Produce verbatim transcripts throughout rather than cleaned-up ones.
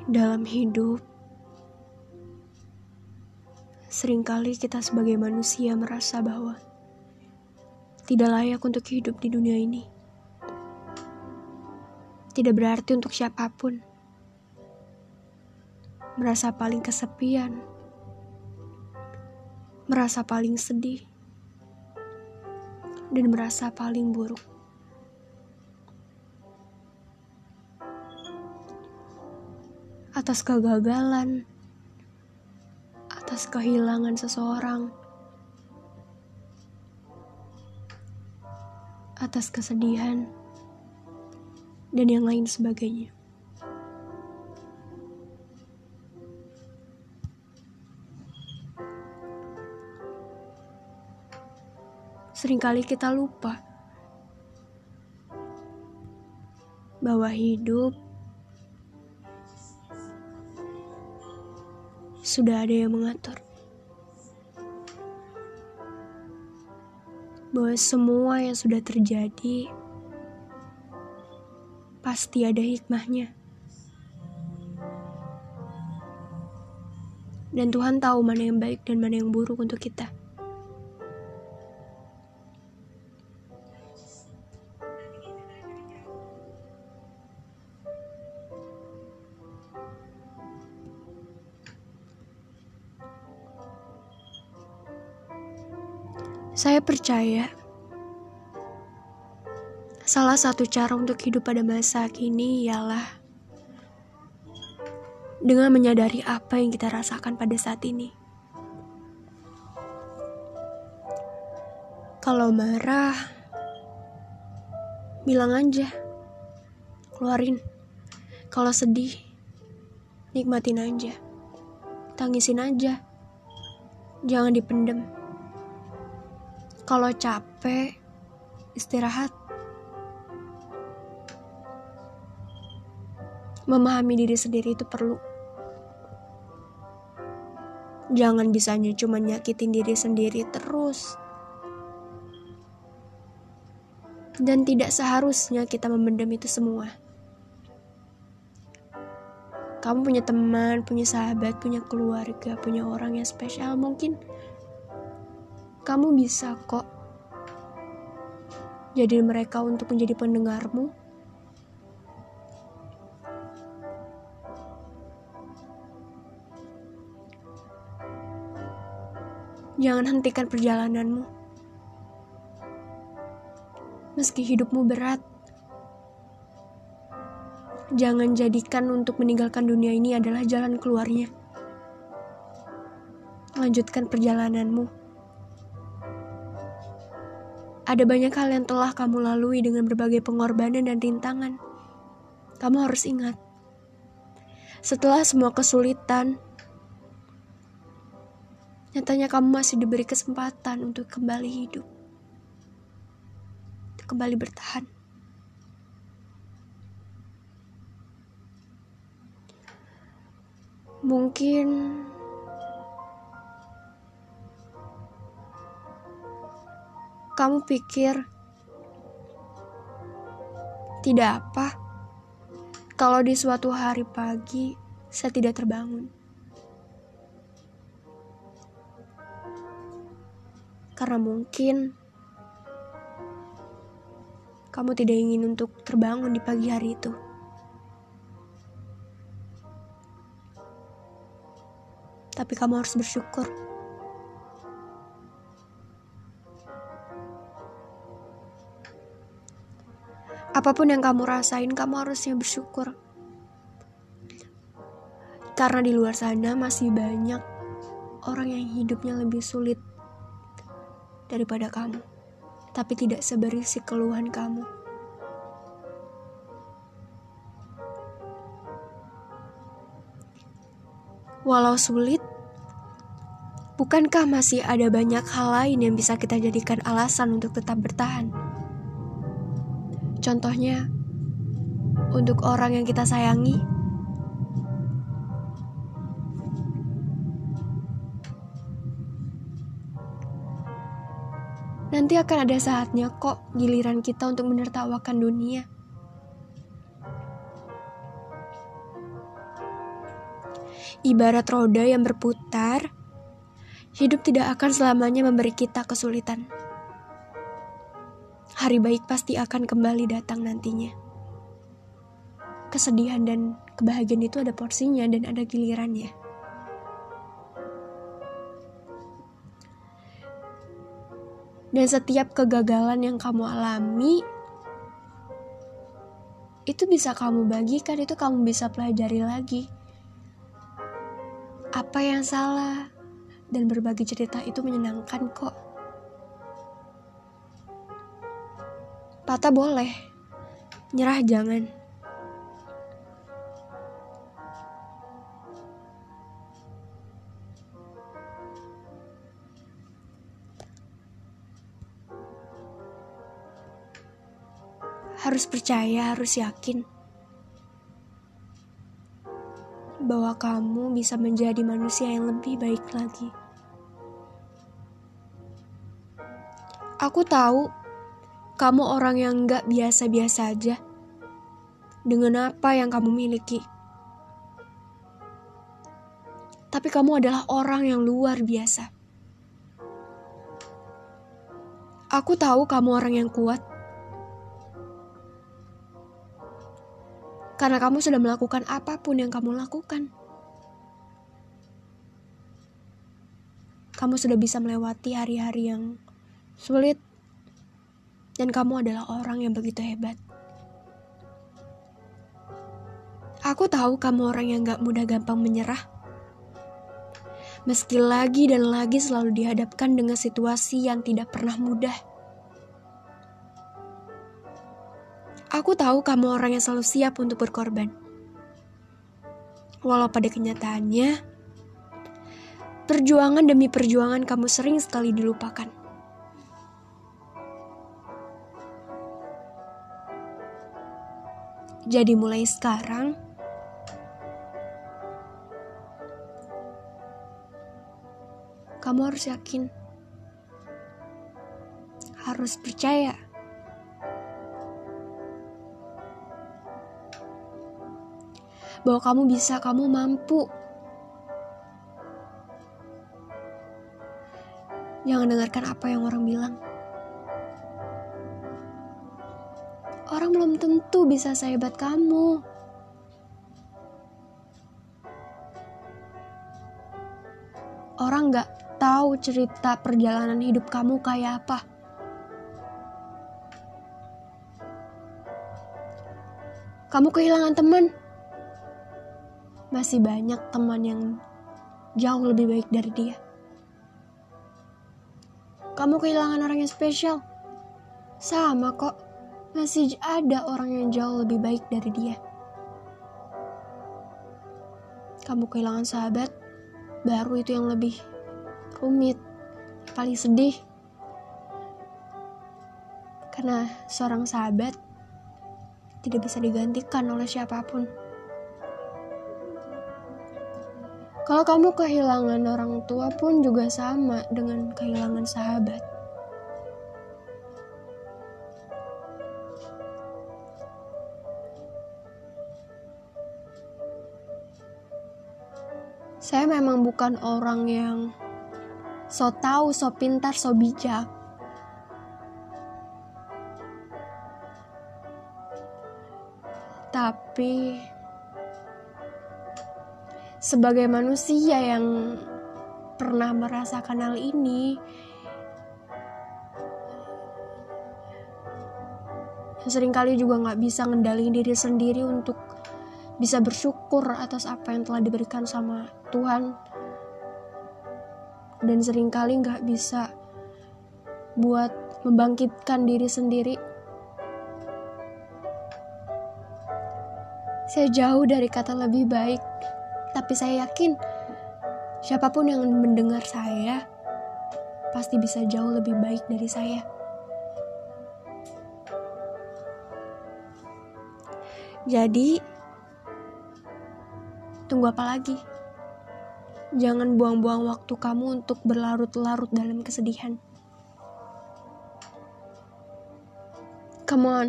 Dalam hidup, seringkali kita sebagai manusia merasa bahwa tidak layak untuk hidup di dunia ini. Tidak berarti untuk siapapun. Merasa paling kesepian, merasa paling sedih, dan merasa paling buruk. Atas kegagalan, atas kehilangan seseorang, atas kesedihan, dan yang lain sebagainya. Seringkali kita lupa bahwa hidup sudah ada yang mengatur. Bahwa semua yang sudah terjadi pasti ada hikmahnya. Dan Tuhan tahu mana yang baik dan mana yang buruk untuk kita. Saya percaya salah satu cara untuk hidup pada masa kini ialah dengan menyadari apa yang kita rasakan pada saat ini. Kalau marah, bilang aja, keluarin. Kalau sedih, nikmatin aja, tangisin aja, jangan dipendem. Kalau capek, istirahat. Memahami diri sendiri itu perlu. Jangan bisanya cuma nyakitin diri sendiri terus. Dan tidak seharusnya kita memendam itu semua. Kamu punya teman, punya sahabat, punya keluarga, punya orang yang spesial. Mungkin kamu bisa kok jadi mereka untuk menjadi pendengarmu. Jangan hentikan perjalananmu. Meski hidupmu berat, jangan jadikan untuk meninggalkan dunia ini adalah jalan keluarnya. Lanjutkan perjalananmu. Ada banyak hal yang telah kamu lalui dengan berbagai pengorbanan dan rintangan. Kamu harus ingat, setelah semua kesulitan, nyatanya kamu masih diberi kesempatan untuk kembali hidup, untuk kembali bertahan. Mungkin kamu pikir tidak apa kalau di suatu hari pagi saya tidak terbangun. Karena mungkin kamu tidak ingin untuk terbangun di pagi hari itu. Tapi kamu harus bersyukur. Apapun yang kamu rasain, kamu harusnya bersyukur. Karena di luar sana masih banyak orang yang hidupnya lebih sulit daripada kamu, tapi tidak seberisi keluhan kamu. Walau sulit, bukankah masih ada banyak hal lain yang bisa kita jadikan alasan untuk tetap bertahan? Contohnya, untuk orang yang kita sayangi. Nanti akan ada saatnya kok giliran kita untuk menertawakan dunia. Ibarat roda yang berputar, hidup tidak akan selamanya memberi kita kesulitan. Hari baik pasti akan kembali datang nantinya. Kesedihan dan kebahagiaan itu ada porsinya dan ada gilirannya. Dan setiap kegagalan yang kamu alami, itu bisa kamu bagikan, itu kamu bisa pelajari lagi. Apa yang salah, dan berbagi cerita itu menyenangkan kok. Patah boleh, nyerah jangan. Harus percaya, harus yakin bahwa kamu bisa menjadi manusia yang lebih baik lagi. Aku tahu kamu orang yang gak biasa-biasa aja dengan apa yang kamu miliki. Tapi kamu adalah orang yang luar biasa. Aku tahu kamu orang yang kuat. Karena kamu sudah melakukan apapun yang kamu lakukan. Kamu sudah bisa melewati hari-hari yang sulit. Dan kamu adalah orang yang begitu hebat. Aku tahu kamu orang yang gak mudah gampang menyerah. Meski lagi dan lagi selalu dihadapkan dengan situasi yang tidak pernah mudah. Aku tahu kamu orang yang selalu siap untuk berkorban. Walau pada kenyataannya, perjuangan demi perjuangan kamu sering sekali dilupakan. Jadi mulai sekarang, kamu harus yakin, harus percaya. Bahwa kamu bisa, kamu mampu. Jangan dengarkan apa yang orang bilang. Orang belum tentu bisa sehebat kamu. Orang gak tahu cerita perjalanan hidup kamu kayak apa. Kamu kehilangan teman. Masih banyak teman yang jauh lebih baik dari dia. Kamu kehilangan orang yang spesial. Sama kok, masih ada orang yang jauh lebih baik dari dia. Kamu kehilangan sahabat, baru itu yang lebih rumit, paling sedih. Karena seorang sahabat tidak bisa digantikan oleh siapapun. Kalau kamu kehilangan orang tua pun juga sama dengan kehilangan sahabat. Saya memang bukan orang yang so tahu, so pintar, so bijak. Tapi sebagai manusia yang pernah merasakan hal ini, seringkali juga gak bisa ngendaliin diri sendiri untuk bisa bersyukur atas apa yang telah diberikan sama Tuhan. Dan seringkali gak bisa buat membangkitkan diri sendiri. Saya jauh dari kata lebih baik. Tapi saya yakin, siapapun yang mendengar saya, pasti bisa jauh lebih baik dari saya. Jadi, tunggu apa lagi? Jangan buang-buang waktu kamu untuk berlarut-larut dalam kesedihan. Come on.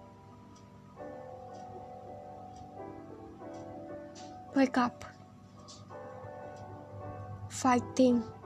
Wake up. fighting